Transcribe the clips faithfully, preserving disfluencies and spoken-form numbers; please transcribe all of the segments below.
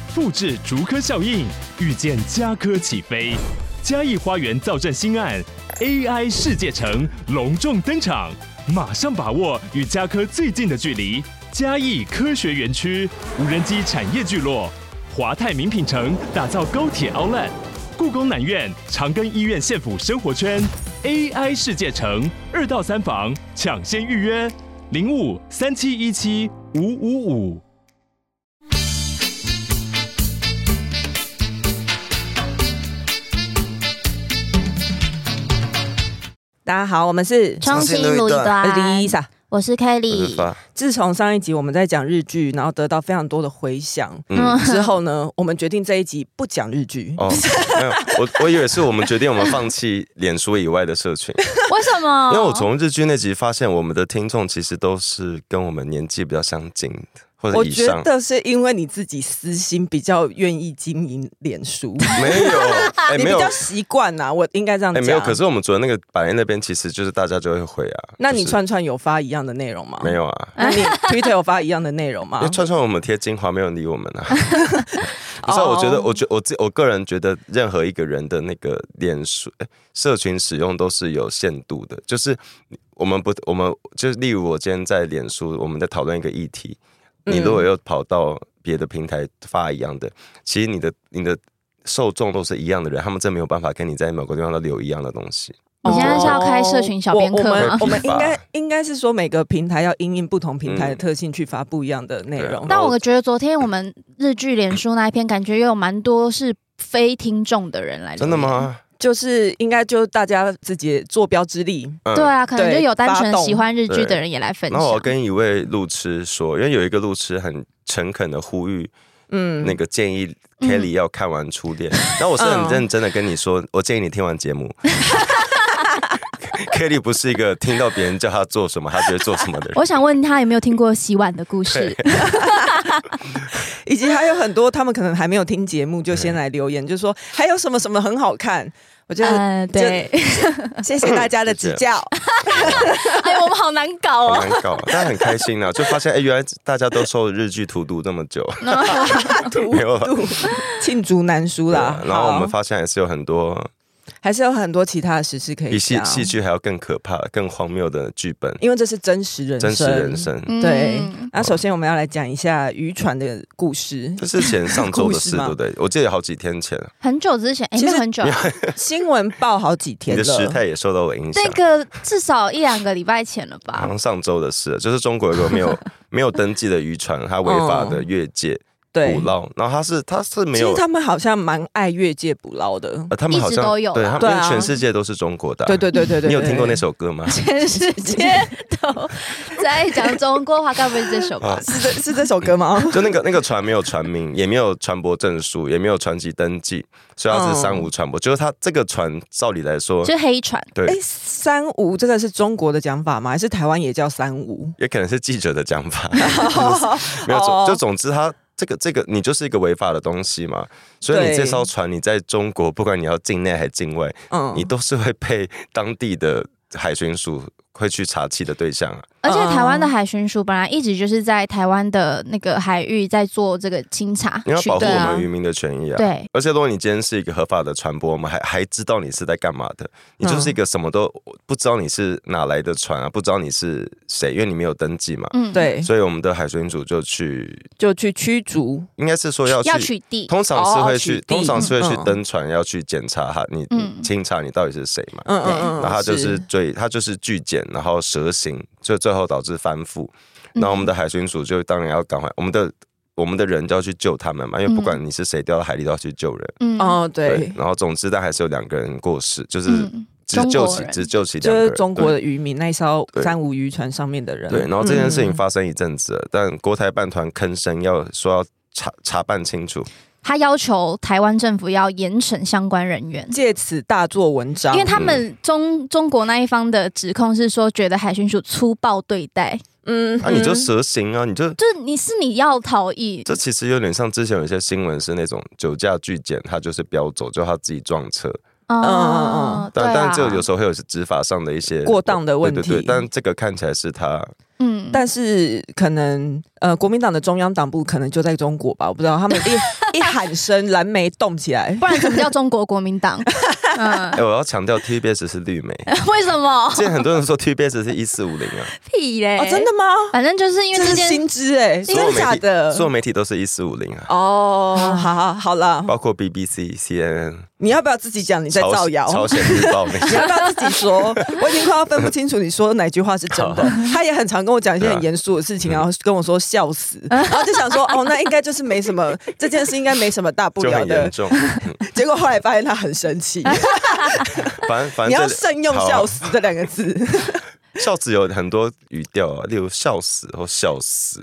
复制竹科效应，预见家科起飞。嘉义花园造镇新案 A I 世界城隆重登场，马上把握与家科最近的距离。嘉义科学园区无人机产业聚落，华泰名品城打造高铁 Outlet， 故宫南院长庚医院县府生活圈 A I 世界城二到三房抢先预约零五三七一七五五五。 大家好，我们是重新录一段。 我是 Lisa， 我是 Kelly。 自从上一集我们在讲日剧，然后得到非常多的回响、嗯、之后呢，我们决定这一集不讲日剧。 哦，没有，我我以为是我们决定我们放弃脸书以外的社群。 为什么？ 因为我从日剧那集发现，我们的听众其实都是跟我们年纪比较相近的。 我觉得是因为你自己私心比较愿意经营脸书， 没有，欸、 你比较习惯呐，我应该这样讲、 欸。没有，可是我们主要那个百人那边，其实就是大家就会回啊。 那你串串有发一样的内容吗？ 没有啊。 那你 Twitter 有发一样的内容吗？ 因为串串我们贴精华，没有人理我们啊。不是，我觉得，我觉我自我个人觉得，任何一个人的那个脸书、欸、社群使用都是有限度的，就是我们不，我们就是例如我今天在脸书，我们在讨论一个议题。你如果又跑到别的平台发一样的，其实你的你的受众都是一样的人，他们真没有办法跟你在某个地方都留一样的东西。 你现在是要开社群小编课吗？ 我 们, 我们应该应该是说每个平台要因应不同平台的特性去发不一样的内容。 嗯、但我觉得昨天我们日剧脸书那一篇，感觉有蛮多是非听众的人来留言。 真的吗？ 就是应该就大家自己坐标之力、 嗯，对啊，可能就有单纯喜欢日剧的人也来分享。 然后我跟一位路痴说，因为有一个路痴很诚恳的呼吁，嗯，那个建议 Kelly 要看完初恋。然后我是很认真的跟你说，我建议你听完节目。Kelly 不是一个听到别人叫他做什么，他就会做什么的人。 我想问他有没有听过洗碗的故事， 以及还有很多他们可能还没有听节目就先来留言，就说还有什么什么很好看。我觉得、呃、 对， 谢谢大家的指教。 哎，我们好难搞哦， 好难搞，但很开心啊！就发现哎，原来大家都受日剧荼毒这么久， 荼毒罄竹难书啦。 然后我们发现还是有很多。 还是有很多其他的时事可以比戏戏剧还要更可怕、更荒谬的剧本， 因为这是真实人生。 真实人生， 对。那、嗯、首先我们要来讲一下渔船的故事。 这是前上周的事，对不对？我记得好几天前， 很久之前，哎、欸，没有很久、啊， 新闻报好几天了。 你的时态也受到我影响。 那个至少一两个礼拜前了吧？ 好像上周的事，就是中国有个没有没有登记的渔船，它违法的越界。捕捞，然后他是他是没有， 其实他们好像蛮爱越界捕捞的， 呃，他们好像一直都有， 对，他们全世界都是中国的、啊， 对对对对对。 你有听过那首歌吗？ 全世界都在讲中国话，该不会是这首歌？啊、 是这是这首歌吗？ 就那个那个船没有船名，也没有船舶证书，也没有船籍登记，所以它是三无船舶。嗯、就是它这个船，照理来说， 就是黑船。 对， 哎，三无这个是中国的讲法吗？还是台湾也叫三无？ 也可能是记者的讲法。没有，就总之它。这个这个你就是一个违法的东西嘛，所以你这艘船你在中国，不管你要境内还是境外，嗯，你都是会被当地的海巡署会去查缉的对象啊。 而且台湾的海巡署本来一直就是在台湾的那个海域在做这个清查， 你要保护我们渔民的权益啊。 对， 而且如果你今天是一个合法的船舶，我们还还知道你是在干嘛的，你就是一个什么都不知道你是哪来的船啊，不知道你是谁，因为你没有登记嘛。 嗯，对。 所以我们的海巡署就去就去驱逐， 应该是说要去要取缔， 通常是会去， 哦、 通常是会去登船，嗯、要去检查哈，你、嗯、清查你到底是谁嘛。嗯嗯嗯。然后他就是追，他就是拒检，然后蛇行，所以最后导致翻覆。那我们的海巡署就当然要赶快，我们的我们的人就要去救他们嘛，因为不管你是谁掉到海里都要去救人。 嗯哦对, 对。 然后总之，但还是有两个人过世，就是只救起只救起两个人， 就是中国的渔民那艘三无渔船上面的人。 对，然后这件事情发生一阵子了，嗯、但国台办团吭声要说要查查办清楚。 他要求台湾政府要严惩相关人员， 借此大做文章， 因为他们中、嗯、中国那一方的指控是说，觉得海巡署粗暴对待。 嗯， 啊，你就蛇行啊，你就就是你是你要逃逸。 这其实有点像之前有一些新闻是那种酒驾拒检，他就是飙走，就他自己撞车。 嗯嗯嗯， 但、啊、但这有时候会有执法上的一些过当的问题。 对对对，但这个看起来是他嗯，但是可能呃，国民党的中央党部可能就在中国吧，我不知道，他们一一喊声，蓝莓动起来， 不然怎么叫中国国民党？ 嗯欸、我要强调 T V B S 是绿媒， 为什么？ 之前很多人说 T V B S 是一四五零啊， 屁嘞、 哦！真的吗？ 反正就是因为这是新知哎、欸，真的假的？ 所有媒体都是一四五零啊。 哦，好好好了， 包括 B B C、C N N。 你要不要自己讲？你在造谣？ 朝鲜日报那些， 你要不要自己说？我已经快要分不清楚你说哪句话是真的。他也很常跟我讲一些很严肃的事情，然后跟我说笑死，然后就想说哦，那应该就是没什么，这件事应该没什么大不了的。 就很严重。 结果后来发现他很生气。 反正反正你要慎用笑死这两个字。 笑死有很多语调啊，例如笑死或笑死。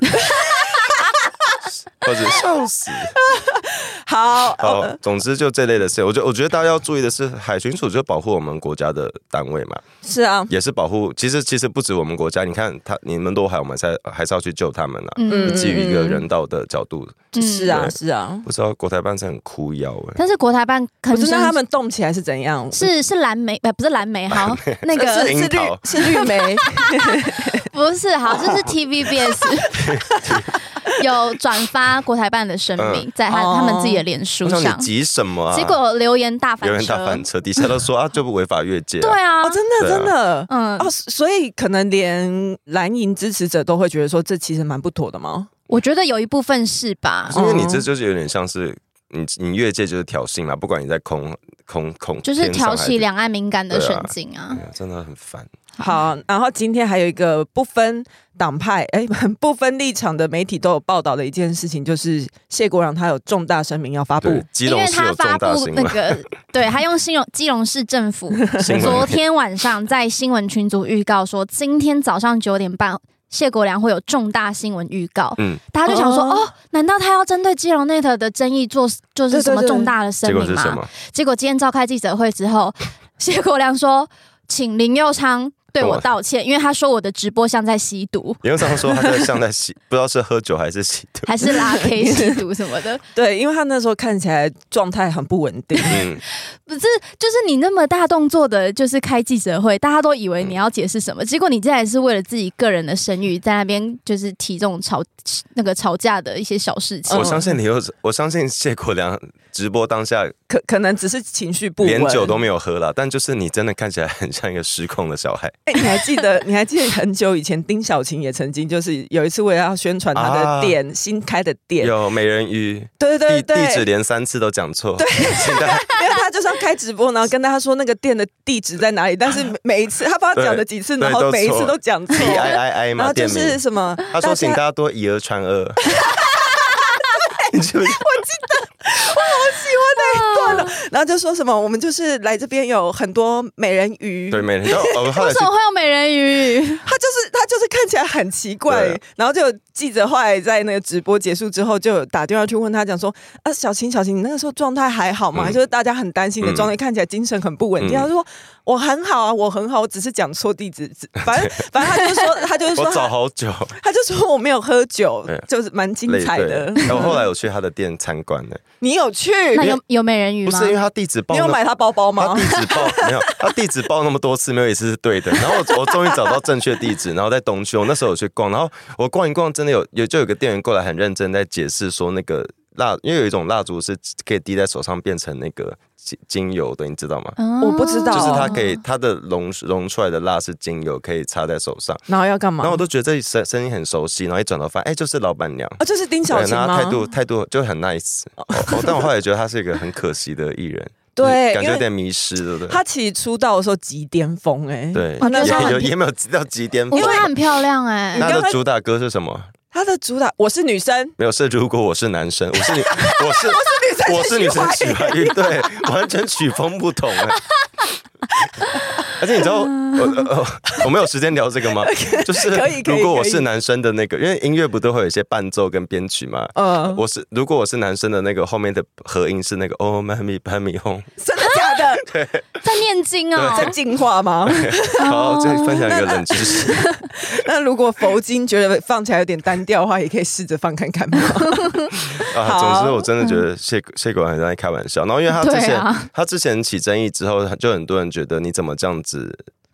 或者笑死， 好， 好，总之就这类的事，我觉得我觉得大家要注意的是，海巡署就保护我们国家的单位嘛， 是啊， 也是保护。其实其实不止我们国家，你看他你们都海，我们才还是要去救他们啊，嗯，基于一个人道的角度， 嗯、是啊是啊。 不知道国台办是很哭腰哎、 欸，但是国台办可是那他们动起来是怎样？ 是是蓝莓，呃，不是蓝莓，好，那个是是绿是绿莓， 不是，好，这是 T V B S。有转发国台办的声明，在他、嗯、他们自己的脸书上。 你急什么啊？ 结果留言大翻车， 留言大翻车，底下都说啊，就不违法越界、啊。 对啊， 哦，真的真的，嗯，哦，所以可能连蓝营支持者都会觉得说，这其实蛮不妥的吗？ 我觉得有一部分是吧， 因为你这就是有点像是你你越界就是挑衅嘛，不管你在空空空， 就是挑起两岸敏感的神经啊， 啊真的很烦。 好，然后今天还有一个不分党派、哎，不分立场的媒体都有报道的一件事情，就是谢国良他有重大声明要发布， 基隆市有重大新闻， 因为他发布那个，对，他用基隆基隆市政府昨天晚上在新闻群组预告说，今天早上九点半。谢国良会有重大新闻预告，嗯，大家就想说，哦，哦难道他要针对基隆 net 的争议做就是什么重大的声明吗？ 结果, 结果今天召开记者会之后，谢国良说，请林右昌对我道歉，因为他说我的直播像在吸毒。 林右昌说他在像在吸，不知道是喝酒还是吸毒， 还是拉 K 吸毒什么的。 对，因为他那时候看起来状态很不稳定。嗯， 不是，就是你那么大动作的，就是开记者会，大家都以为你要解释什么，嗯、结果你竟然是为了自己个人的声誉，在那边就是提这种吵那个吵架的一些小事情。 我相信你有，我相信谢国良直播当下可可能只是情绪不稳， 连酒都没有喝了，但就是你真的看起来很像一个失控的小孩。 哎、欸，你还记得？你还记得很久以前，丁小晴也曾经就是有一次为了要宣传他的店、啊、新开的店， 有美人鱼， 对对对， 地址连三次都讲错， 对，因为他就是要开直播，然后跟大家说那个店的地址在哪里，但是每一次他不知道讲了几次，然后每一次都讲错 ，I I I 嘛， 然后就是什么， 他说请大家多以讹传讹。 我记得，我好喜欢那一段了。然后就说什么，我们就是来这边有很多美人鱼， 对美人鱼， 哦、为什么会有美人鱼？ 他就是他就是看起来很奇怪。然后就有记者后来在那个直播结束之后，就有打电话去问他，讲说啊，小晴小晴，你那个时候状态还好吗？嗯、就是大家很担心的状态，嗯、看起来精神很不稳定。嗯、他说我很好啊，我很好，我只是讲错地址。反正反正他就说，他就是说我找好久， 他就说我没有喝酒，就是蛮精彩的。 我后来有去他的店参观呢。 你有去？ 那有有美人鱼吗？ 不是，因为他地址报， 你有买他包包吗？ 他地址报没有，他地址报那么多次，没有一次是对的。然后我我终于找到正确地址，然后在东区，我那时候有去逛，然后我逛一逛，真的有有就有个店员过来很认真在解释说那个蜡，因为有一种蜡烛是可以滴在手上变成那个精油的，你知道吗？ 哦、我不知道， 就是它可以它的溶溶出来的蜡是精油，可以擦在手上。 然后要干嘛？ 然后我都觉得这声声音很熟悉，然后一转头发现，哎、欸，就是老板娘啊，就是丁小晴吗？ 然后态度态度就很 nice，、哦、但我后来觉得他是一个很可惜的艺人。 对， 感觉有点迷失，对不对？ 他其实出道的时候极巅峰，哎， 对， 啊、那时候也也没有到极巅峰， 因为他很漂亮，哎。 他的主打歌是什么？ 他的主打我是女生， 没有是如果我是男生，我是女，我是我是女生许怀玉，对，完全曲风不同哎。而且你知道，我我没有时间聊这个吗？就是如果我是男生的那个，因为音乐不都会有一些伴奏跟编曲吗？嗯，我是如果我是男生的那个后面的和音是那个 Oh my my my home， 真的假的？ 对， 在念经哦， 在净化吗？ 好，再分享一个冷知识。 那如果佛经觉得放起来有点单调的话，也可以试着放看看嘛。 啊，总之我真的觉得谢谢国良在开玩笑。然后因为他之前、啊、他之前起争议之后，就很多人觉得你怎么这样子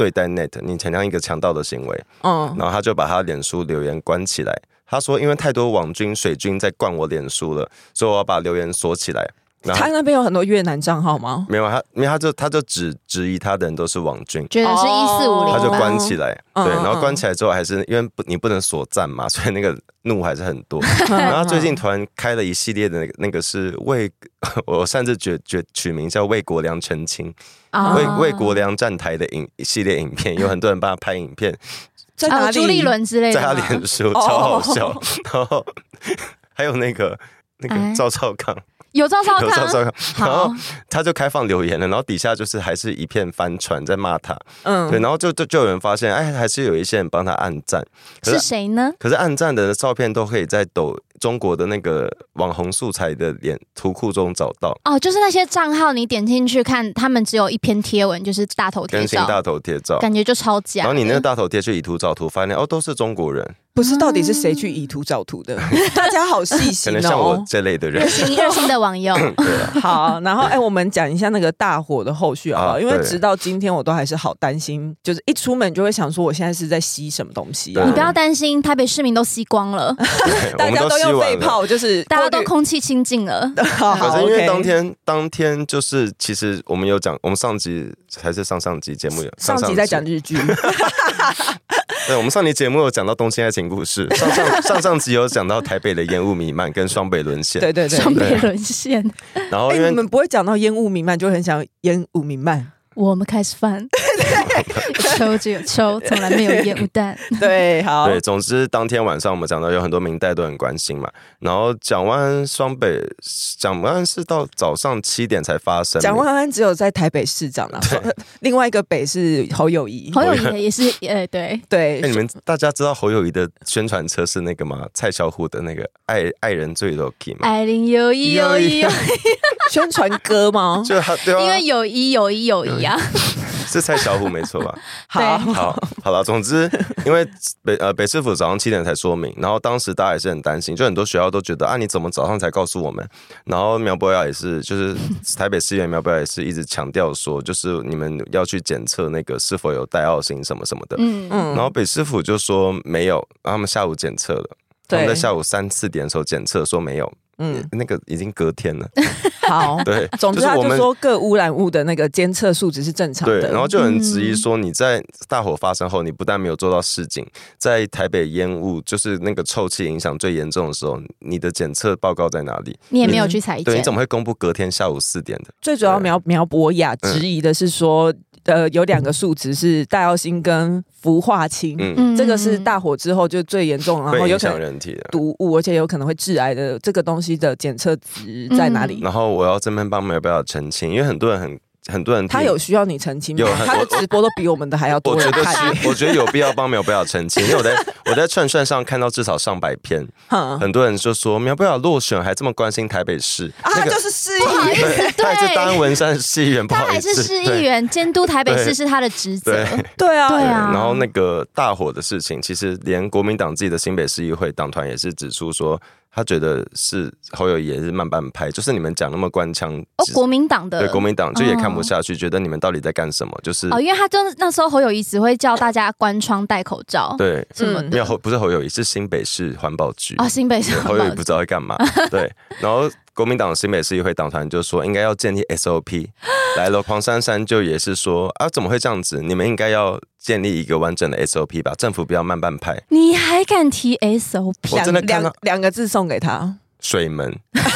对待 Net， 你很像一个强盗的行为。嗯，然后他就把他脸书留言关起来。他说，因为太多网军、水军在灌我脸书了，所以我要把留言锁起来。 他那边有很多越南账号吗？ 没有，他因为他就他就只质疑他的人都是网军， 觉得是一四五零， 他就关起来。哦、对，然后关起来之后还是因为你不能锁赞嘛，所以那个怒还是很多。然后最近突然开了一系列的那个那个是为我擅自取取取名叫为国良澄清，哦、为为国良站台的影系列影片，有很多人帮他拍影片， 在哪里？ 朱立伦之类的， 在他脸书超好笑。哦、然后还有那个那个赵少康。 有赵少康， 有赵少康，然后他就开放留言了，然后底下就是还是一片翻船在骂他，嗯，对，然后就就就有人发现，哎，还是有一些人帮他按赞， 是谁呢？ 可是按赞的照片都可以在抖中国的那个网红素材的脸图库中找到。 哦，就是那些账号，你点进去看，他们只有一篇贴文，就是大头贴照， 更新大头贴照， 感觉就超假。 然后你那个大头贴去以图找图，发现哦，都是中国人。 不是，到底是谁去以图找图的？大家好细心哦， 可能像我这类的人， 热心热心的网友。 对啊， 好，然后哎，我们讲一下那个大火的后续好不好？啊、因为直到今天我都还是好担心，就是一出门就会想说，我现在是在吸什么东西啊？ 你不要担心，台北市民都吸光了， 大家都用肺泡，就是大家都空气清净了。 好， 可是因为当天当天就是其实我们有讲，我们上集还是上上集节目有上集在讲日剧。 对，我们上集节目有讲到东京爱情故事，上上上上集有讲到台北的烟雾弥漫跟双北沦陷， 对对对， 双北沦陷。 然后因为、欸、 你们不会讲到烟雾弥漫，就很想烟雾弥漫。 我们开始翻，抽就有抽，从来没有烟雾弹。 对，好， 对，总之当天晚上我们讲到有很多民代都很关心嘛，然后蒋万安双北，蒋万安是到早上七点才发生， 蒋万安只有在台北市长啦，另外一个北是侯友宜， 侯友宜也是，呃，对对、 欸。你们大家知道侯友宜的宣传车是那个吗？蔡小虎的那个爱爱人最 lucky 吗？ 爱人友谊友谊， 宣传歌吗？ 就他对啊， 因为友谊友谊友谊。 是蔡小虎没错吧？ 好好好了，总之因为北呃北市府早上七点才说明，然后当时大家也是很担心，就很多学校都觉得啊你怎么早上才告诉我们？然后苗博雅也是，就是台北市议员苗博雅也是一直强调说，就是你们要去检测那个是否有带奥辛什么什么的。嗯嗯。然后北市府就说没有，然后他们下午检测了，他们在下午三四点的时候检测说没有。嗯，那个已经隔天了。 好， 对， 总之他就说各污染物的那个监测数值是正常的。 对，然后就有人质疑说，你在大火发生后，你不但没有做到示警，在台北烟雾就是那个臭气影响最严重的时候，你的检测报告在哪里？ 你也没有去采检， 对，你怎么会公布隔天下午四点的？ 最主要苗苗博雅质疑的是说。嗯呃，有两个数值是戴奥辛跟氟化氢，嗯，这个是大火之后就最严重，然后有可能毒物，而且有可能会致癌的这个东西的检测值在哪里？ 嗯、然后我要这边帮苗博雅澄清，因为很多人很。很多人他有需要你澄清吗？他的直播都比我们的还要多人看。 我觉得是，我觉得有必要帮苗博雅澄清，因为我在我在串串上看到至少上百篇，很多人就说苗博雅落选还这么关心台北市， 啊， 那个、就是市议员， 他还是大安文山市议员，不好意思， 他还是市议员，监督台北市是他的职责。 对对啊， 对啊。 然后那个大火的事情，其实连国民党自己的新北市议会党团也是指出说。他觉得是侯友宜也是慢半拍，就是你们讲那么官腔哦，国民党的对国民党就也看不下去，哦、觉得你们到底在干什么？就是哦，因为他就那时候侯友宜只会叫大家关窗戴口罩， 对什么的， 没有不是侯友宜，是新北市环保局啊、哦，新北市侯友宜不知道在干嘛，对，然后。国民党新北市议会党团就说应该要建立 S O P， 来了黄珊珊就也是说啊怎么会这样子？你们应该要建立一个完整的 S O P 吧，政府不要慢半拍。 你还敢提 S O P？ 我真的看到两个字送给他， 水门。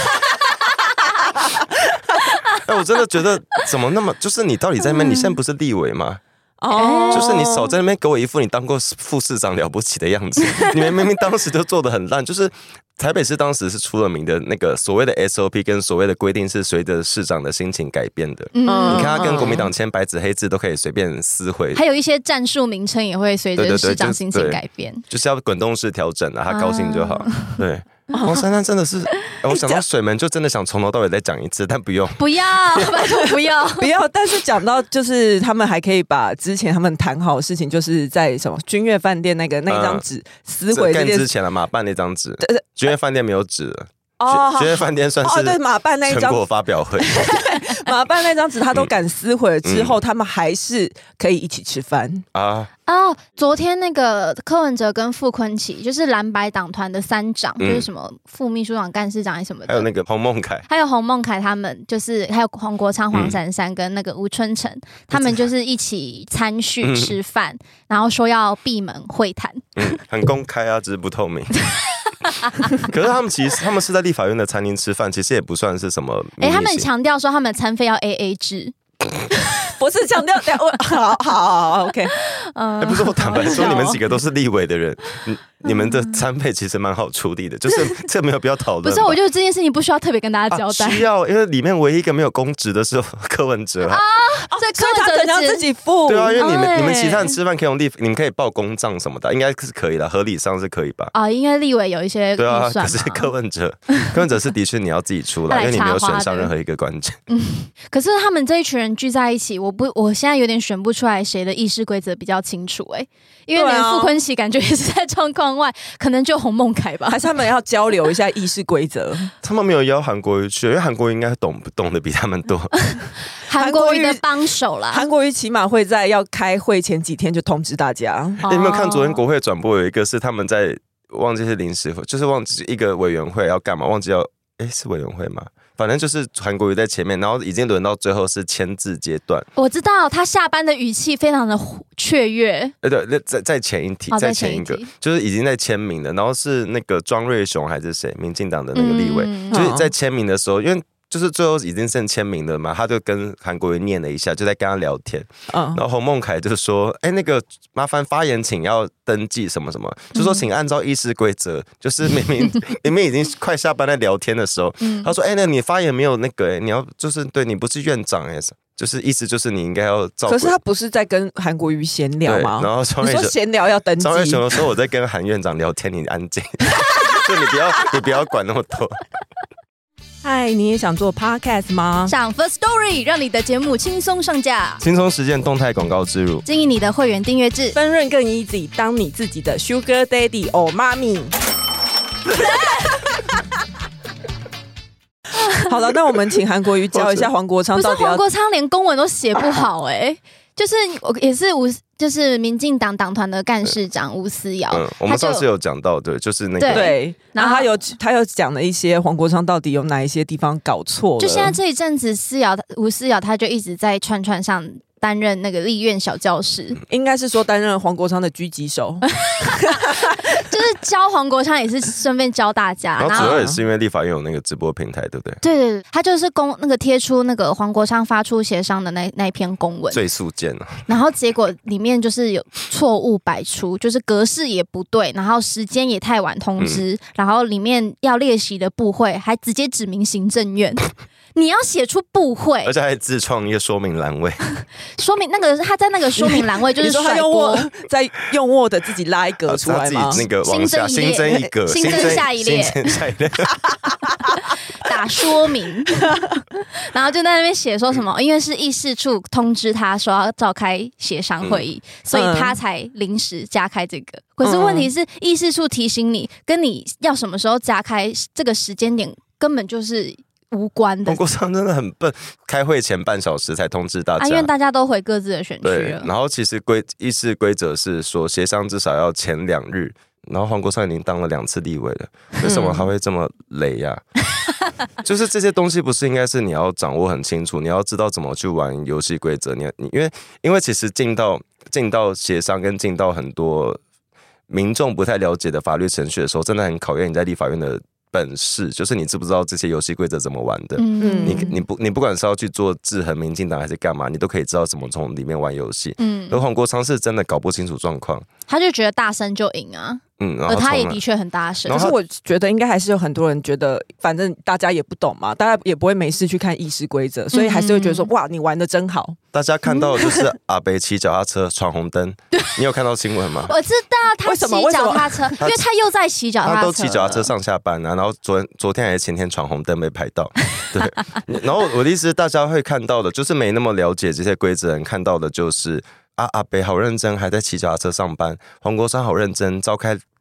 哎，我真的觉得怎么那么就是你到底在那边？你现在不是立委吗？哦，就是你少在那边给我一副你当过副市长了不起的样子，你们明明当时就做得很烂，就是台北市当时是出了名的那个所谓的 S O P 跟所谓的规定是随着市长的心情改变的。嗯，你看他跟国民党签白纸黑字都可以随便撕毁， 还有一些战术名称也会随着市长心情改变， 对对对 就, 就是要滚动式调整啊，他高兴就好。对。黄珊珊真的是，我想到水门就真的想从头到尾再讲一次，但不用， 不要，拜托不要， 不要。但是讲到就是他们还可以把之前他们谈好的事情，就是在什么君悦饭店那个那张纸撕毁这件事， 更之前了嘛，办那张纸，君悦饭店没有纸了。 哦， 学学饭店算是哦对马办那一张成果发表会， 马办那张纸他都敢撕毁了之后，嗯、他们还是可以一起吃饭啊。哦，昨天那个柯文哲跟傅崐萁，就是蓝白党团的三长，嗯、就是什么副秘书长、干事长还是什么的， 还有那个洪孟凯， 还有洪孟凯他们，就是还有黄国昌、黄珊珊跟那个吴春成，嗯、他们就是一起参叙吃饭，嗯、然后说要闭门会谈， 嗯，很公开啊，只是不透明。可是他们其实他们是在立法院的餐厅吃饭，其实也不算是什么。哎、 欸，他们强调说他们餐费要 A A 制。 不是强调，我好好好 ，OK， 嗯、欸，不是我坦白说，你们几个都是立委的人，你你们的餐费其实蛮好处理的，就是这没有必要讨论。 不是，我觉得这件事情不需要特别跟大家交代、啊。 需要，因为里面唯一一个没有公职的是柯文哲啊， 所以柯文哲可能要自己付。 对啊，因为你们、欸、你们其他人吃饭可以用立，你们可以报公账什么的，应该是可以的，合理上是可以吧？ 啊，因为立委有一些对啊，可是柯文哲，柯文哲是的确你要自己出来，因为你没有选上任何一个关键。 嗯，可是他们这一群人聚在一起，我不，我现在有点选不出来谁的议事规则比较清楚哎、欸，因为连傅崐萁感觉也是在状况外，可能就洪孟凯吧， 还是他们要交流一下议事规则？ 他们没有邀韩国瑜去，因为韩国瑜应该懂懂得比他们多。 韩国瑜的帮手啦， 韩国瑜起码会在要开会前几天就通知大家。 哦、你有没有看昨天国会转播有一个是他们在忘记是临时会，就是忘记一个委员会要干嘛，忘记要哎是委员会吗？反正就是韩国瑜在前面，然后已经轮到最后是签字阶段。 我知道他下班的语气非常的雀跃。 呃，对，在在前一题， 哦、 在前一个，就是已经在签名了，然后是那个庄瑞雄还是谁，民进党的那个立委，嗯、就是在签名的时候，因为。就是最后已经剩签名了嘛，他就跟韩国瑜念了一下，就在跟他聊天。嗯、然后洪孟凯就说：“哎、欸，那个麻烦发言请要登记什么什么，就说请按照议事规则。嗯”就是明明明明已经快下班在聊天的时候，嗯、他说：“哎、欸，那你发言没有那个、欸，你要就是对你不是院长哎、欸，就是意思就是你应该要照。” 可是他不是在跟韩国瑜闲聊吗？ 然后你说闲聊要登记， 张瑞雄说我在跟韩院长聊天，你安静，就你不要你不要管那么多。 嗨，你也想做 podcast 吗？ 上 First Story 让你的节目轻松上架， 轻松实践动态广告植入， 经营你的会员订阅制， 分润更 easy， 当你自己的 Sugar Daddy or Mommy。好了，那我们请韩国瑜教一下黄国昌到底要。 不是黄国昌连公文都写不好哎、欸。就是我也是吴，就是民进党党团的干事长吴思瑶、嗯， 我们上次有讲到，对，就是那个对，然后他有他有讲了一些黄国昌到底有哪一些地方搞错了。 就现在这一阵子，思瑶吴思瑶他就一直在串串上担任那个立院小教室， 应该是说担任黄国昌的狙击手。 就是教黄国昌也是顺便教大家， 然后主要也是因为立法院有那个直播平台，对不对？ 对对对，他就是公那个贴出那个黄国昌发出协商的那那一篇公文， 最速件了。 然后结果里面就是有错误百出，就是格式也不对，然后时间也太晚通知，嗯、然后里面要列席的部会还直接指明行政院。你要写出部会， 而且还自创一个说明栏位， 说明那个他在那个说明栏位就是甩锅， 在用 Word 自己拉一格出来吗？ 他自己那个往下新增一格， 新增下一列， 新增下一列打说明，然后就在那边写说什么，因为是议事处通知他说要召开协商会议，嗯、所以他才临时加开这个。可是问题是，议事处提醒你，跟你要什么时候加开这个时间点，根本就是无关的。 黄国昌真的很笨，开会前半小时才通知大家， 啊、因为大家都回各自的选区了。 然后其实规议事规则是说，协商至少要前两日。然后黄国昌已经当了两次立委了，为什么还会这么雷呀、啊？就是这些东西不是应该是你要掌握很清楚，你要知道怎么去玩游戏规则。你你因为因为其实进到进到协商跟进到很多民众不太了解的法律程序的时候，真的很考验你在立法院的本事，就是你知不知道这些游戏规则怎么玩的。嗯、你你不你不管是要去做制衡民进党还是干嘛，你都可以知道怎么从里面玩游戏。嗯，而黄国昌是真的搞不清楚状况， 他就觉得大声就赢啊。嗯，而他也的确很大声。 可是我觉得应该还是有很多人觉得，反正大家也不懂嘛，大家也不会没事去看议事规则，所以还是会觉得说，嗯、哇，你玩的真好。 大家看到的就是阿北骑脚踏车闯红灯，你有看到新闻吗？ 我知道他骑脚踏车，因为他又在骑脚踏车， 他都骑脚踏车上下班啊。然后昨天昨天还是前天闯红灯没拍到，对。然后我的意思是，大家会看到的，就是没那么了解这些规则人看到的就是。啊，阿北好认真，还在骑脚踏车上班。黄国昌好认真，召开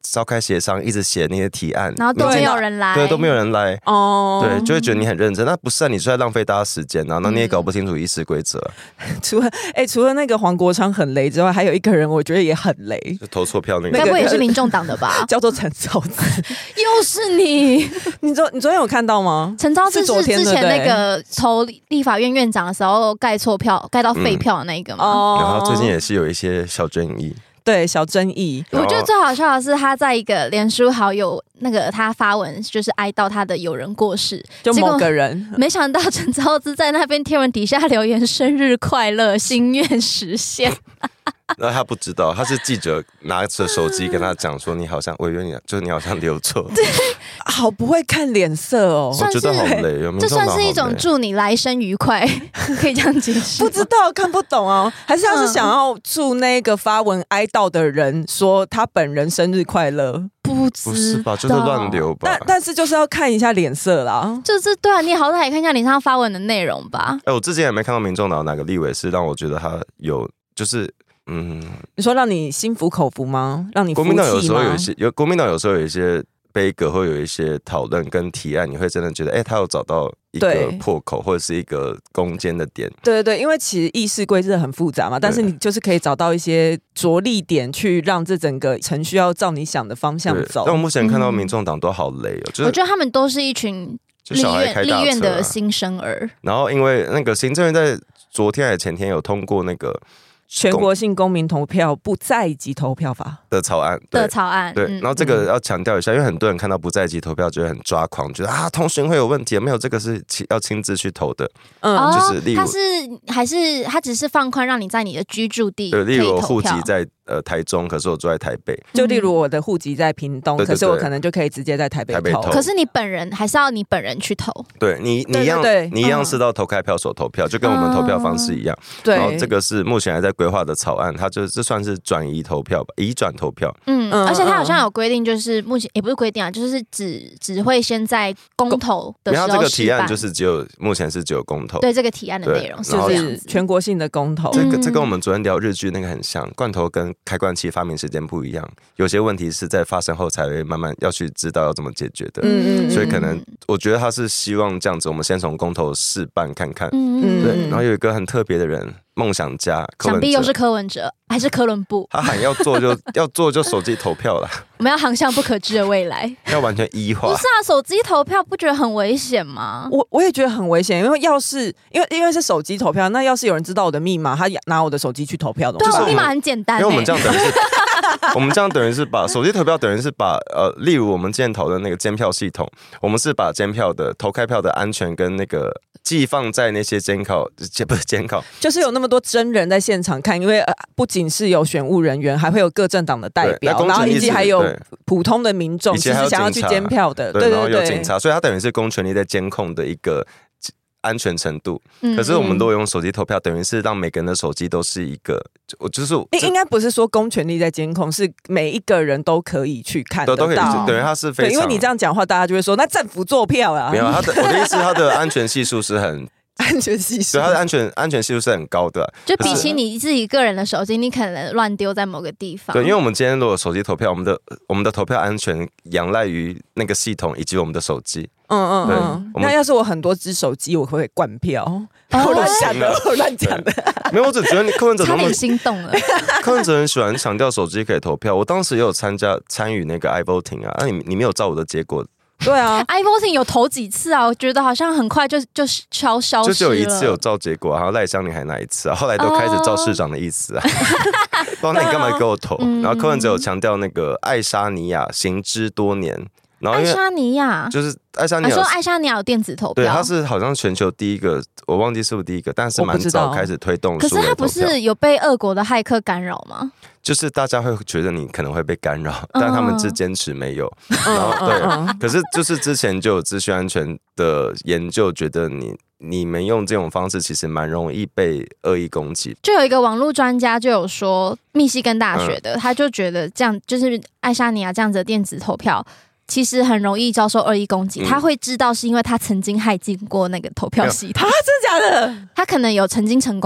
召开协商，一直写那些提案， 然后都没有人来， 对，都没有人来哦， 对，就会觉得你很认真。那不是啊，你是在浪费大家时间啊，然后你也搞不清楚议事规则。 除了哎，除了那个黄国昌很雷之外，还有一个人我觉得也很雷， 就投错票那个， 该不会也是民众党的吧？ 叫做陈昭姿， 又是你。 你昨你昨天有看到吗？ 陈昭姿是之前那个投立法院院长的时候盖错票，盖到废票的那一个吗？ 哦， 然后最近也是有一些小争议。 对，小争议。 我觉得最好笑的是，他在一个脸书好友那个他发文，就是哀悼他的友人过世， 就某个人。 没想到陈昭姿在那边贴文底下留言：“生日快乐，心愿实现。” 那他不知道，他是记者拿着手机跟他讲说：“你好像，我以为你就是你好像留错。” 对，好不会看脸色哦， 我觉得好累， 这算是一种祝你来生愉快，可以这样解释。 不知道，看不懂哦，还是他是想要祝那个发文哀悼的人说他本人生日快乐？ 不知道， 不是吧？就是乱流吧。 但但是就是要看一下脸色啦， 就是对啊，你好歹也看一下脸上发文的内容吧。 哎、欸，我之前也没看到民众党哪个立委是让我觉得他有就是。嗯， 你说让你心服口服吗？让你服气吗？ 国民党有时候有一些，有国民党有时候有一些杯葛，会有一些讨论跟提案，你会真的觉得，哎、欸，他有找到一个破口或者是一个攻坚的点。 对对对，因为其实议事规则很复杂嘛，但是你就是可以找到一些着力点，去让这整个程序要照你想的方向走。 但我目前看到民众党都好累哦，就是我觉得他们都是一群立院立院的新生儿。 然后因为那个行政院在昨天还是前天有通过那个。 全国性公民投票不在籍投票法的草案的草案， 对，嗯、然后这个要强调一下，因为很多人看到不在籍投票就会很抓狂，觉得啊，通讯会有问题，没有这个是要亲自去投的， 嗯， 就是例如他是还是他只是放宽，让你在你的居住地， 对，例如我户籍在呃台中，可是我住在台北， 就例如我的户籍在屏东， 嗯、 可是我可能就可以直接在台北 投, 台北投， 可是你本人还是要你本人去投， 对你你一样，对对对你一样是到投开票所投票，嗯、就跟我们投票方式一样， 对， 然后这个是目前还在规划的草案。它就这算是转移投票吧，移转投票。 嗯，而且它好像有规定，就是目前也不是规定啊，就是只只会先在公投的时候。 这个提案就是只有目前是只有公投。 对，这个提案的内容就是全国性的公投。 这个这跟我们昨天聊日剧那个很像，罐头跟开罐器发明时间不一样，有些问题是在发生后才会慢慢要去知道要怎么解决的。嗯嗯。所以可能我觉得他是希望这样子，我们先从公投试办看看。嗯嗯。对，然后有一个很特别的人。梦想家， 想必又是柯文哲还是柯伦布？ 他喊要做就要做就手机投票了。 我们要航向不可知的未来， 要完全一化。 不是啊，手机投票不觉得很危险吗？ 我我也觉得很危险，因为要是因为因为是手机投票，那要是有人知道我的密码，他拿我的手机去投票的， 对，我密码很简单、欸， 因为我们这样等于是，我们这样等于是把手机投票等于是把呃，例如我们之前讨论那个监票系统，我们是把监票的投开票的安全跟那个寄放在那些监考，不是监考， 就是有那么多真人在现场看，因为、呃、不仅是有选务人员，还会有各政党的代表，然后以及还有普通的民众，其实想要去监票的， 对对对，然后有警察，所以他等于是公权力在监控的一个安全程度。可是我们如果用手机投票，等于是让每个人的手机都是一个，我就是应该不是说公权力在监控，是每一个人都可以去看得到， 都可以，等于他是非常， 因为你这样讲话，大家就会说那政府做票啊。 没有，他的我的意思，他的安全系数是很。 安全系数， 对，它的安全安全系数是很高的、啊， 就比起你自己个人的手机，你可能乱丢在某个地方。 对，因为我们今天如果手机投票，我们的我们的投票安全仰赖于那个系统以及我们的手机。 嗯嗯嗯。那要是我很多只手机，我会不会灌票？我乱讲的，我乱讲的。 没有，我只觉得你柯文哲差点心动了。 柯文哲很喜欢强调手机可以投票，我当时也有参加参与那个 iVoting 啊，那、啊、你你没有照我的结果。 对啊 ，iVoting 有投几次啊？我觉得好像很快就就消消失了。 就只有一次有照结果，然后赖香林还哪一次啊？后来都开始照市长的意思啊。不知道那你干嘛给我投？然后柯文哲有强调那个爱沙尼亚行之多年。然后爱沙尼亚就是爱沙尼亚， 说爱沙尼亚有电子投票， 对，它是好像全球第一个，我忘记是不是第一个，但是蛮早开始推动。 可是它不是有被俄国的骇客干扰吗？ 就是大家会觉得你可能会被干扰，嗯、但他们是坚持没有。然后对，嗯、可是就是之前就有资讯安全的研究，觉得你你们用这种方式其实蛮容易被恶意攻击。 就有一个网络专家就有说，密西根大学的，嗯、他就觉得这样就是爱沙尼亚这样子的电子投票。其实很容易遭受恶意攻击，嗯、他会知道是因为他曾经害进过那个投票系统。 啊，真的假的？ 他可能有曾经成功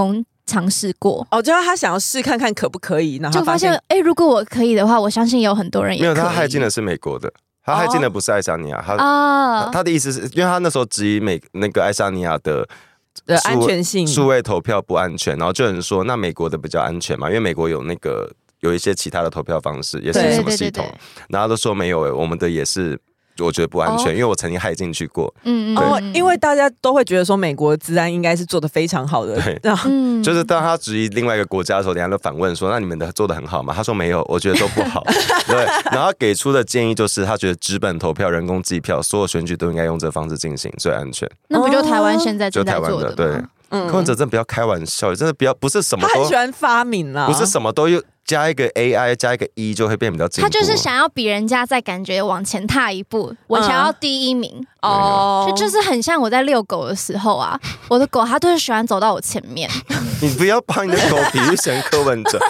尝试过。 哦，就是他想要试看看可不可以，然后就发现，哎、欸，如果我可以的话，我相信有很多人也可以。 没有，他害进的是美国的。他害进的不是爱沙尼亚，他、 哦、 他的意思是因为他那时候质疑美那个爱沙尼亚的的安全性， 数位投票不安全，然后就有人说那美国的比较安全嘛，因为美国有那个有一些其他的投票方式，也是什么系统，然后都说没有、欸，我们的也是。我觉得不安全，哦、因为我曾经害进去过。 嗯哦，因为大家都会觉得说美国的治安应该是做得非常好的。 对，嗯、就是当他质疑另外一个国家的时候，人家都反问说：“那你们的做得很好吗？”他说：“没有，我觉得都不好。”对，然后他给出的建议就是，他觉得纸本投票、人工计票，所有选举都应该用这个方式进行，最安全。 那不就台湾现在正在做的吗？ 就台湾的对。嗯、柯文哲真的不要开玩笑，真的不要，不是什么都他很喜欢发明啦， 不是什么都有加一个 A I 加一个一就会变比较进步。 他就是想要比人家再感觉往前踏一步，我想要第一名、嗯、哦，就就是很像我在遛狗的时候啊，我的狗它就是喜欢走到我前面。 你不要把你的狗比喻成柯文哲。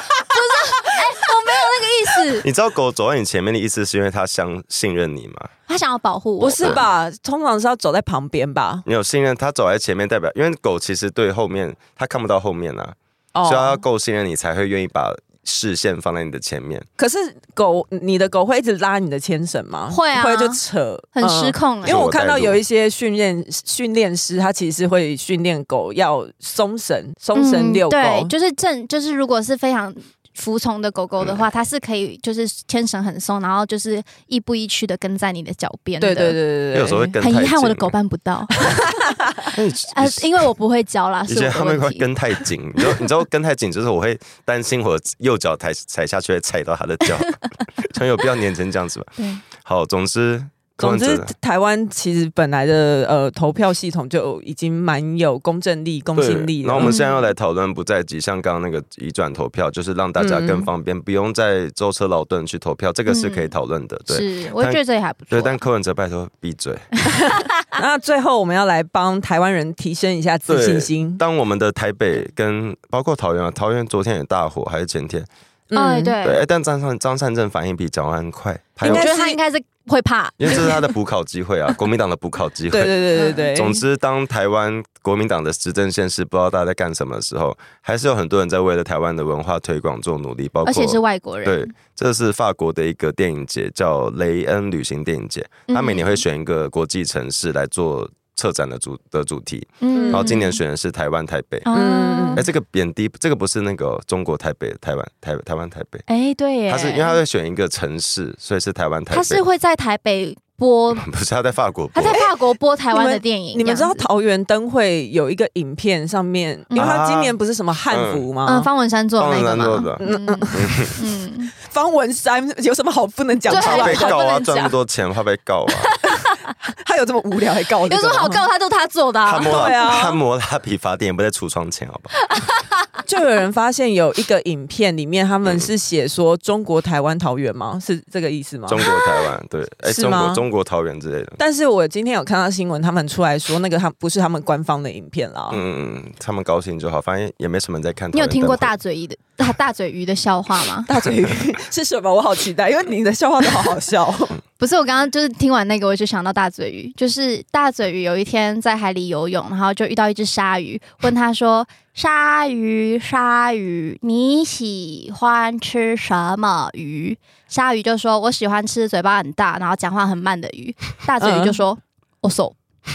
你知道狗走在你前面的意思是因为它相信任你吗？ 它想要保护我？ 不是吧？通常是要走在旁边吧？ 你有信任它走在前面，代表因为狗其实对后面它看不到后面啊，哦、所以它要够信任你才会愿意把视线放在你的前面。 可是狗，你的狗会一直拉你的牵绳吗？ 会啊， 会就扯， 很失控、欸。 因为我看到有一些训练训练师，他其实是会训练狗要松绳、松绳遛狗、 嗯。对，就是正，就是如果是非常。服从的狗狗的话，它是可以就是牵绳很松，然后就是亦步亦趋的跟在你的脚边的。 对对对对， 有时候会跟太紧。 很遗憾我的狗办不到，啊，因为我不会教啦。 以前他们会跟太紧，你知道，你知道跟太紧就是我会担心我右脚踩踩下去会踩到他的脚，很有必要黏成这样子吧？对。好，总之。 总之，台湾其实本来的呃投票系统就已经蛮有公正力、公信力的。 然后我们现在要来讨论不在即，像刚刚那个移转投票，就是让大家更方便，嗯、不用再舟车劳顿去投票，这个是可以讨论的。嗯、对， 是，我觉得这也还不错。 对，但柯文哲拜托闭嘴。 那最后我们要来帮台湾人提升一下自信心。 当我们的台北跟包括桃园啊，桃园昨天也大火，还是前天？ 嗯，对对，但张善张善政反应比蒋万安快， 我觉得他应该是会怕， 因为这是他的补考机会啊，国民党的补考机会。 对对对对对。 总之，当台湾国民党的执政县市不知道大家在干什么的时候，还是有很多人在为了台湾的文化推广做努力，包括而且是外国人。 对，这是法国的一个电影节，叫雷恩旅行电影节，他每年会选一个国际城市来做。策展的主的主题，嗯，然后今年选的是台湾台北，嗯，哎，这个贬低，这个不是那个中国台北，台湾台台湾台北， 哎，对耶， 他是因为他会选一个城市，所以是台湾台北， 他是会在台北播， 不是他在法国播， 他在法国播台湾的电影。 你们知道桃园灯会有一个影片上面，因为他今年不是什么汉服吗？ 嗯，方文山做的那个嘛， 嗯嗯嗯，方文山有什么好不能讲出来？ 怕被告啊，赚那么多钱，怕被告啊。 他有这么无聊还告？ 有什么好告？他都他做的、啊。 汉摩拉汉摩拉比法典不在橱窗前，好不好？ 就有人发现有一个影片里面，他们是写说中国台湾桃园吗？是这个意思吗？ 中国台湾对，哎、欸，中国中国桃园之类的。 但是我今天有看到新闻，他们出来说那个他不是他们官方的影片啦。 嗯嗯，他们高兴就好，反正也没什么人在看。 你有听过大嘴鱼的大大嘴鱼的笑话吗？ 大嘴鱼是什么？我好期待，因为你的笑话都好好笑。 不是，我刚刚就是听完那个，我就想到大嘴鱼，就是大嘴鱼有一天在海里游泳，然后就遇到一只鲨鱼，问他说：“鲨鱼，鲨鱼，你喜欢吃什么鱼？”鲨鱼就说：“我喜欢吃嘴巴很大，然后讲话很慢的鱼。”大嘴鱼就说：“我手。”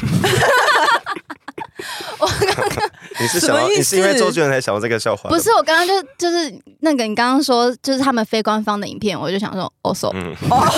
我刚刚你是想到你是因为周杰伦才想到这个笑话？ 不是，我刚刚就就是那个你刚刚说就是他们非官方的影片，我就想说哦手，嗯，哦，好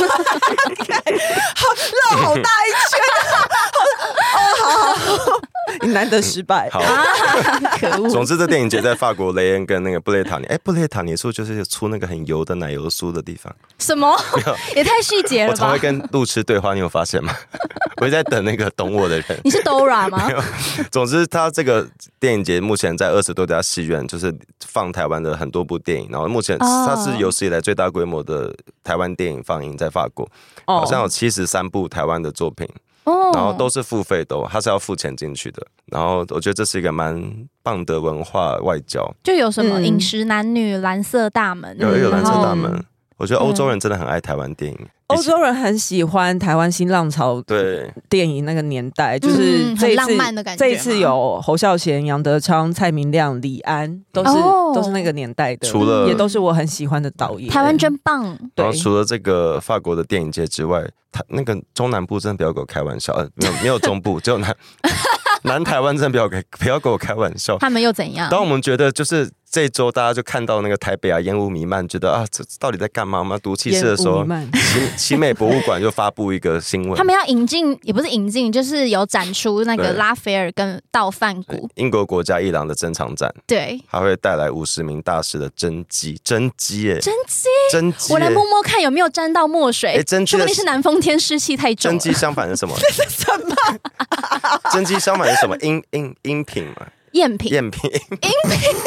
绕好大一圈，哦，好好好，你难得失败， 好， 可恶。 总之，这电影节在法国雷恩跟那个布列塔尼，哎，布列塔尼是不是就是出那个很油的奶油酥的地方？ 什么？也太细节了吧！ 我常会跟路痴对话，你有发现吗？我在等那个懂我的人。 你是 Dora 吗？ 总之，他这个电影节目前在二十多家戏院，就是放台湾的很多部电影。然后目前它是有史以来最大规模的台湾电影放映在法国，好像有七十三部台湾的作品，然后都是付费的，它是要付钱进去的。然后我觉得这是一个蛮棒的文化外交。 就有什么饮食男女、蓝色大门， 有有蓝色大门。 我觉得欧洲人真的很爱台湾电影。 欧洲人很喜欢台湾新浪潮电影那个年代，就是这一次、嗯、 浪漫的感觉。 这一次有侯孝贤、杨德昌、蔡明亮、李安，都是、哦、都是那个年代的，除了也都是我很喜欢的导演。 台湾真棒。 然后除了这个法国的电影界之外，他那个中南部真的不要跟我开玩笑，呃、没有没有中部，只有南南台湾真的不要不要跟我开玩笑。 他们又怎样？ 当我们觉得就是这一周大家就看到那个台北啊烟雾弥漫，觉得啊这到底在干嘛？我们要读气势的时候，奇美博物馆就发布一个新闻， 他们要引进，也不是引进，就是有展出那个拉斐尔跟道梵谷英国国家艺廊的珍藏展。 对， 还会带来五十名大师的真迹，真迹耶， 真迹， 真迹， 我来摸摸看有没有沾到墨水。哎，真迹，说不定是南风天湿气太重。 真迹相反是什么？ 这是什么？ 真迹相反是什么？音音音频嘛。 赝品， 赝品， 音频，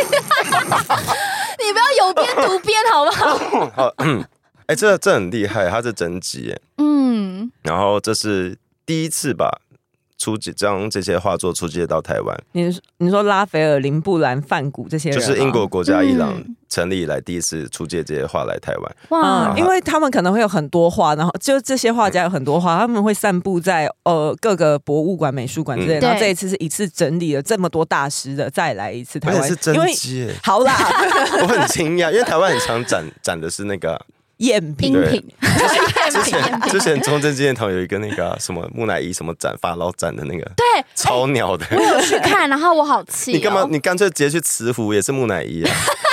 你不要有边读边好不好？ 好，哎、欸，这这很厉害，它是真迹耶，嗯，然后这是第一次吧，出将这些画作出街到台湾。 你你说拉斐尔、林布兰、梵谷这些人， 就是英国国家艺廊成立以来第一次出街这些画来台湾。 哇、嗯，因为他们可能会有很多画，然后就这些画家有很多画，他们会散布在呃各个博物馆、美术馆之类的。然后这一次是一次整理了这么多大师的，再来一次台湾， 是真迹耶。 好啦， 我很惊讶，因为台湾很常展展的是那个。 赝品， 之前之前中正纪念堂有一个那个、啊、什么木乃伊什么展法老展的那个， 对， 超鸟的， 我有去看，然后我好气、哦， 你干嘛？你干脆直接去慈湖也是木乃伊啊。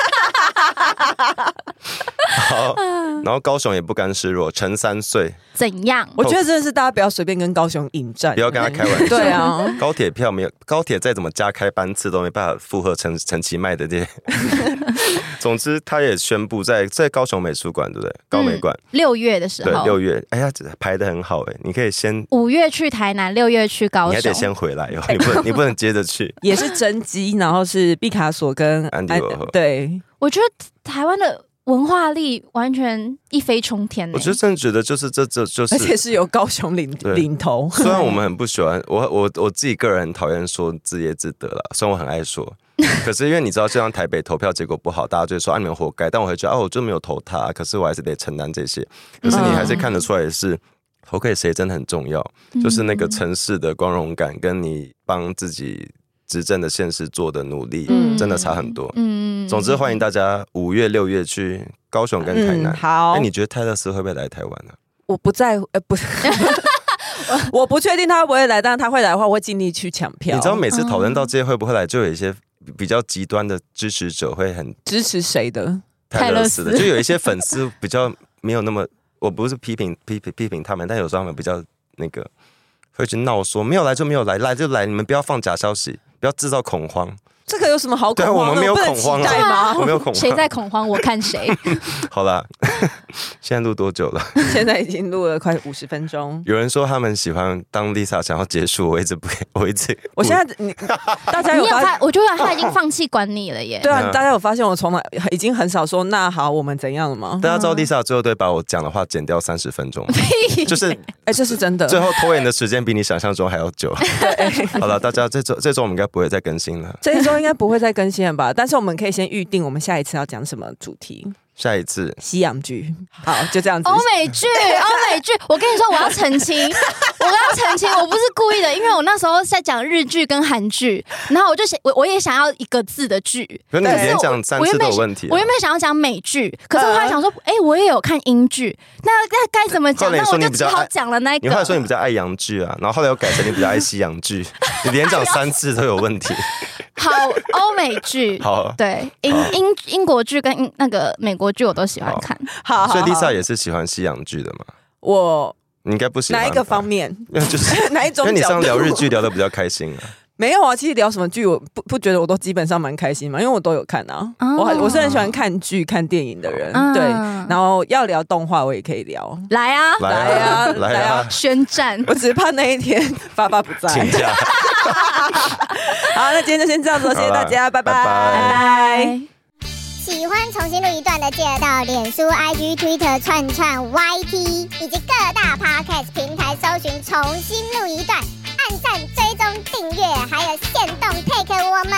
好，然后高雄也不甘示弱，陈三岁怎样？ 我觉得真的是大家不要随便跟高雄引战， 不要跟他开玩笑。 对啊， 高铁票没有，高铁再怎么加开班次都没办法负荷陈陈其迈的这些。总之，他也宣布在在高雄美术馆，对不对？高美馆六、嗯、月的时候， 对，六月，哎呀，排得很好哎，你可以先五月去台南，六月去高雄， 你还得先回来哦，你不能你不能接着去。 也是真迹，然后是毕卡索跟安迪沃荷， 对， 我觉得台湾的文化力完全一飞冲天。 我就真的觉得就是这这就是， 而且是由高雄领领头。 虽然我们很不喜欢，我我我自己个人很讨厌说自业自得啦，虽然我很爱说。可是因为你知道，就像台北投票结果不好，大家就会说啊你们活该，但我会觉得啊我就没有投他，可是我还是得承担这些。可是你还是看得出来是投给谁真的很重要，嗯、就是那个城市的光荣感，跟你帮自己执政的县市做的努力，嗯、真的差很多。嗯，总之欢迎大家五月六月去高雄跟台南。嗯、 好， 哎，你觉得泰勒斯会不会来台湾呢、啊？ 我不在，呃，不是。我不确定他会不会来，但是他会来的话，我会尽力去抢票。 你知道每次讨论到这些会不会来，就有一些比较极端的支持者会很支持谁的？ 泰勒斯的，就有一些粉丝比较没有那么，我不是批评批评批评他们，但有时候他们比较那个会去闹说没有来就没有来，来就来，你们不要放假消息，不要制造恐慌。 这个有什么好恐慌的？ 我们没有恐慌啊， 我没有恐慌。 谁在恐慌？我看谁。 好啦，现在录多久了？ 现在已经录了快五十分钟。 有人说他们喜欢当 Lisa 想要结束，我一直不，我一直。 我现在你大家有发现？ 我觉得他已经放弃管你了耶。 对啊，大家有发现我从来已经很少说那好，我们怎样了吗？ 大家知道 Lisa 最后对把我讲的话剪掉三十分钟，就是哎，这是真的。 最后拖延的时间比你想象中还要久。对，好了，大家这周这周我们应该不会再更新了。 这一周应该不会再更新了吧？但是我们可以先预定我们下一次要讲什么主题。 下一次西洋剧，好，就这样子。 欧美剧，欧美剧，我跟你说，我要澄清，我要澄清，我不是故意的，因为我那时候在讲日剧跟韩剧，然后我就想，我我也想要一个字的剧， 可是你连讲三次都有问题、啊。 我原本想要讲美剧，可是我后来想说，哎、欸，我也有看英剧，那那该怎么讲？那我就只好讲了那个。 你后来说你比较爱洋剧啊，然后后来又改成你比较爱西洋剧，你连讲三次都有问题。 好，欧美剧， 好， 对，英英英国剧跟英那个美国剧我都喜欢看。 好， 所以 Lisa 也是喜欢西洋剧的嘛？ 我你应该不喜欢哪一个方面？ 就是哪一种？ 因为你上聊日剧聊得比较开心啊。 没有啊，其实聊什么剧，我不不觉得我都基本上蛮开心嘛，因为我都有看啊。哦、我我是很喜欢看剧、看电影的人，哦、对。然后要聊动画，我也可以聊。 来啊， 来啊， 来啊！ 宣战！ 我只是怕那一天爸爸不在。 请假。 好，那今天就先这样子，谢谢大家，拜拜拜拜。 喜欢重新录一段的，记得到脸书、I G、Twitter 串串 Y T 以及各大 Podcast 平台搜寻重新录一段，按赞、追踪、订阅，还有限动 take 我们。